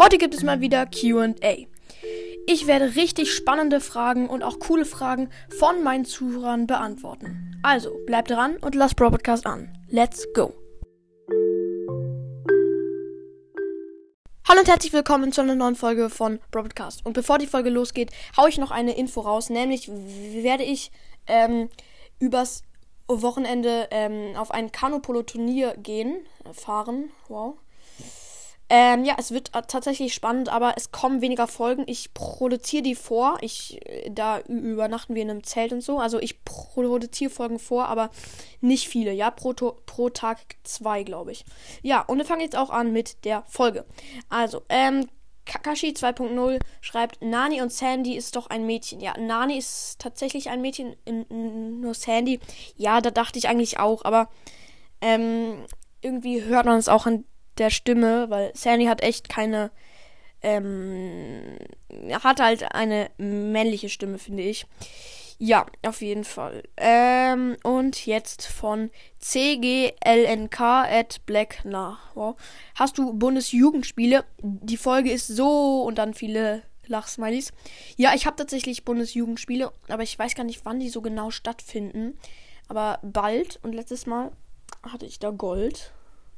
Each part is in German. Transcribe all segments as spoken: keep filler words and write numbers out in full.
Heute gibt es mal wieder Q und A. Ich werde richtig spannende Fragen und auch coole Fragen von meinen Zuhörern beantworten. Also, bleibt dran und lasst Brawl Podcast an. Let's go! Hallo und herzlich willkommen zu einer neuen Folge von Brawl Podcast. Und bevor die Folge losgeht, haue ich noch eine Info raus. Nämlich werde ich ähm, übers Wochenende ähm, auf ein Kanu-Polo-Turnier gehen, äh, fahren. Wow. Ähm, ja, es wird äh, tatsächlich spannend, aber es kommen weniger Folgen. Ich produziere die vor. Ich, äh, da übernachten wir in einem Zelt und so. Also ich produziere Folgen vor, aber nicht viele. Ja, pro, pro Tag zwei, glaube ich. Ja, und wir fangen jetzt auch an mit der Folge. Also, ähm, Kakashi zwei Punkt null schreibt, Nani und Sandy ist doch ein Mädchen. Ja, Nani ist tatsächlich ein Mädchen, in, in, nur Sandy. Ja, da dachte ich eigentlich auch, aber ähm, irgendwie hört man es auch an der Stimme, weil Sandy hat echt keine, ähm, hat halt eine männliche Stimme, finde ich. Ja, auf jeden Fall. Ähm, und jetzt von C G L N K at Black. Na, wow. Hast du Bundesjugendspiele? Die Folge ist so und dann viele Lachsmilies. Ja, ich habe tatsächlich Bundesjugendspiele, aber ich weiß gar nicht, wann die so genau stattfinden. Aber bald. Und letztes Mal hatte ich da Gold.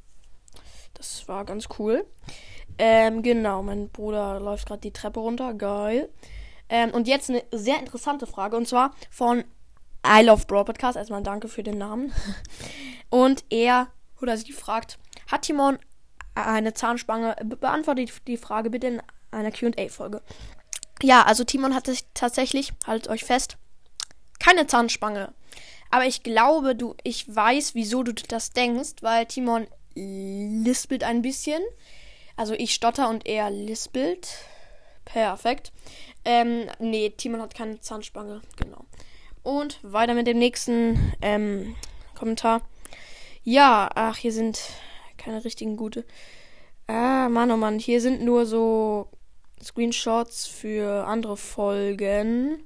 Das war ganz cool. Ähm, genau, mein Bruder läuft gerade die Treppe runter. Geil. Ähm, und jetzt eine sehr interessante Frage. Und zwar von I Love Brawl Podcast. Erstmal danke für den Namen. Und er oder sie fragt, hat Timon eine Zahnspange? Be- beantwortet die Frage bitte in einer Q und A-Folge. Ja, also Timon hat sich tatsächlich, haltet euch fest, keine Zahnspange. Aber ich glaube, du, ich weiß, wieso du das denkst, weil Timon lispelt ein bisschen. Also ich stotter und er lispelt. Perfekt. Ähm, nee, Timon hat keine Zahnspange. Genau. Und weiter mit dem nächsten ähm, Kommentar. Ja, ach, hier sind keine richtigen gute. Ah, Mann, oh Mann. Hier sind nur so Screenshots für andere Folgen.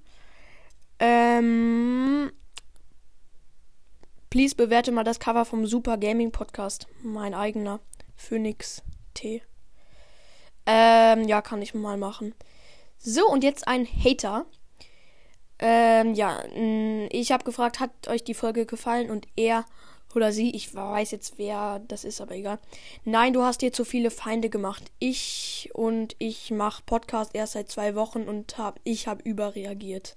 Ähm... Please bewerte mal das Cover vom Super Gaming Podcast. Mein eigener. Phoenix T. Ähm, ja, kann ich mal machen. So, und jetzt ein Hater. Ähm, ja, ich habe gefragt, hat euch die Folge gefallen? Und er oder sie, ich weiß jetzt, wer das ist, aber egal. Nein, du hast dir zu viele Feinde gemacht. Ich und ich mache Podcast erst seit zwei Wochen und hab, ich habe überreagiert.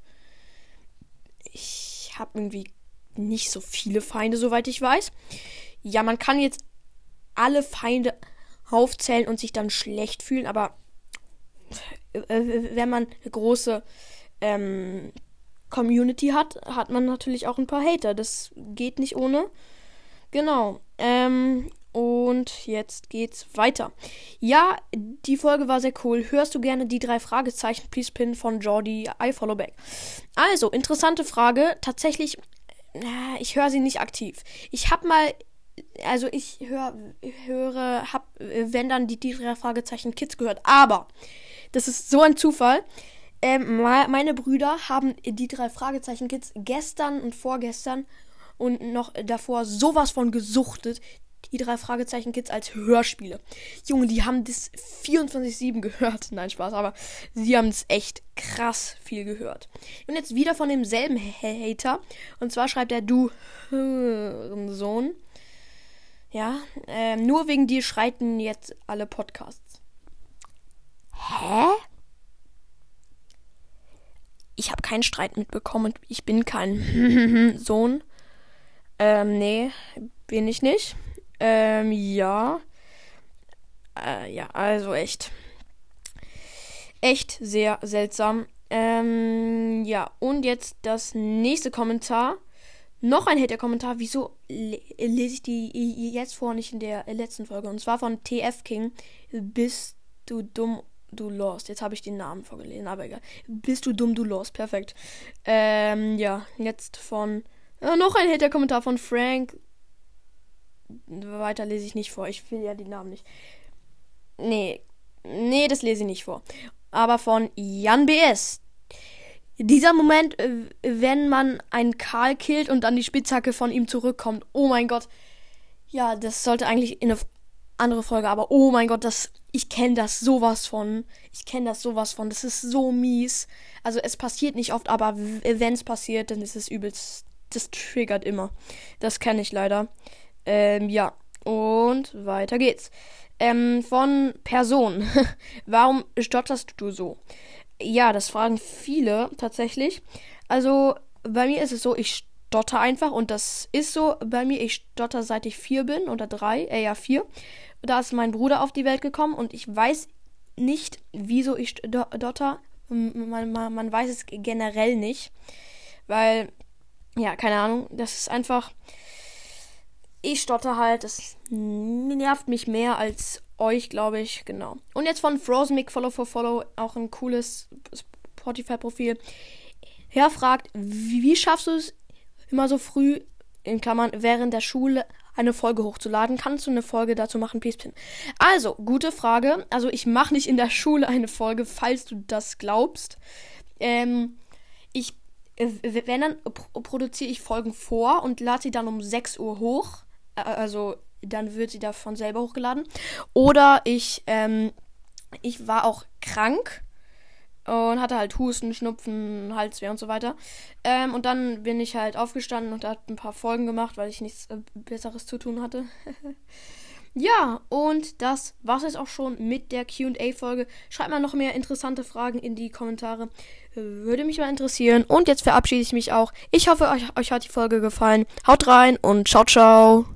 Ich habe irgendwie nicht so viele Feinde, soweit ich weiß. Ja, man kann jetzt alle Feinde aufzählen und sich dann schlecht fühlen, aber wenn man eine große ähm, Community hat, hat man natürlich auch ein paar Hater. Das geht nicht ohne. Genau. Ähm, und jetzt geht's weiter. Ja, die Folge war sehr cool. Hörst du gerne die drei Fragezeichen, please pin von Jordi, I follow back. Also, interessante Frage. Tatsächlich, ich höre sie nicht aktiv. Ich habe mal, also ich höre, höre, hab, wenn dann die, die drei Fragezeichen Kids gehört. Aber, das ist so ein Zufall. Ähm, meine Brüder haben die drei Fragezeichen Kids gestern und vorgestern und noch davor sowas von gesuchtet. Die drei Fragezeichen Kids als Hörspiele. Junge, die haben das vierundzwanzig sieben gehört. Nein, Spaß, aber sie haben es echt krass viel gehört. Und jetzt wieder von demselben Hater. Und zwar schreibt er, du Sohn. Ja, äh, nur wegen dir schreiten jetzt alle Podcasts. Hä? Ich habe keinen Streit mitbekommen und ich bin kein Sohn. Ähm, nee, bin ich nicht. Ähm, ja. Äh, ja, also echt. Echt sehr seltsam. Ähm, ja, und jetzt das nächste Kommentar. Noch ein Hater-Kommentar. Wieso le- lese ich die jetzt vor, nicht in der letzten Folge? Und zwar von T F King. Bist du dumm, du lost. Jetzt habe ich den Namen vorgelesen, aber egal. Bist du dumm, du lost. Perfekt. Ähm, ja, jetzt von... Äh, noch ein Hater-Kommentar von Frank. Weiter lese ich nicht vor. Ich will ja die Namen nicht. Nee. Nee, das lese ich nicht vor. Aber von Jan B S. Dieser Moment, wenn man einen Karl killt und dann die Spitzhacke von ihm zurückkommt. Oh mein Gott. Ja, das sollte eigentlich in eine andere Folge, aber oh mein Gott, das, ich kenne das sowas von. Ich kenne das sowas von. Das ist so mies. Also es passiert nicht oft, aber wenn es passiert, dann ist es übelst. Das triggert immer. Das kenne ich leider. Ähm, ja. Und weiter geht's. Ähm, von Person. Warum stotterst du so? Ja, das fragen viele tatsächlich. Also bei mir ist es so, ich stotter einfach und das ist so bei mir. Ich stotter seit ich vier bin oder drei, äh ja vier. Da ist mein Bruder auf die Welt gekommen und ich weiß nicht, wieso ich stotter. Man, man, man weiß es generell nicht, weil, ja, keine Ahnung, das ist einfach, ich stotter halt, das nervt mich mehr als euch, glaube ich, genau. Und jetzt von Frozen Mick, Follow for Follow, auch ein cooles Spotify-Profil. Er fragt, wie, wie schaffst du es immer so früh, in Klammern, während der Schule eine Folge hochzuladen? Kannst du eine Folge dazu machen? Peace, Pin. Also, gute Frage. Also, ich mache nicht in der Schule eine Folge, falls du das glaubst. Ähm, ich, äh, wenn, dann pro- produziere ich Folgen vor und lade sie dann um sechs Uhr hoch. Äh, also, dann wird sie davon selber hochgeladen. Oder ich, ähm, ich war auch krank und hatte halt Husten, Schnupfen, Halsweh und so weiter. Ähm, und dann bin ich halt aufgestanden und habe ein paar Folgen gemacht, weil ich nichts äh, Besseres zu tun hatte. Ja, und das war's jetzt auch schon mit der Q und A-Folge. Schreibt mal noch mehr interessante Fragen in die Kommentare. Würde mich mal interessieren. Und jetzt verabschiede ich mich auch. Ich hoffe, euch, euch hat die Folge gefallen. Haut rein und ciao, ciao.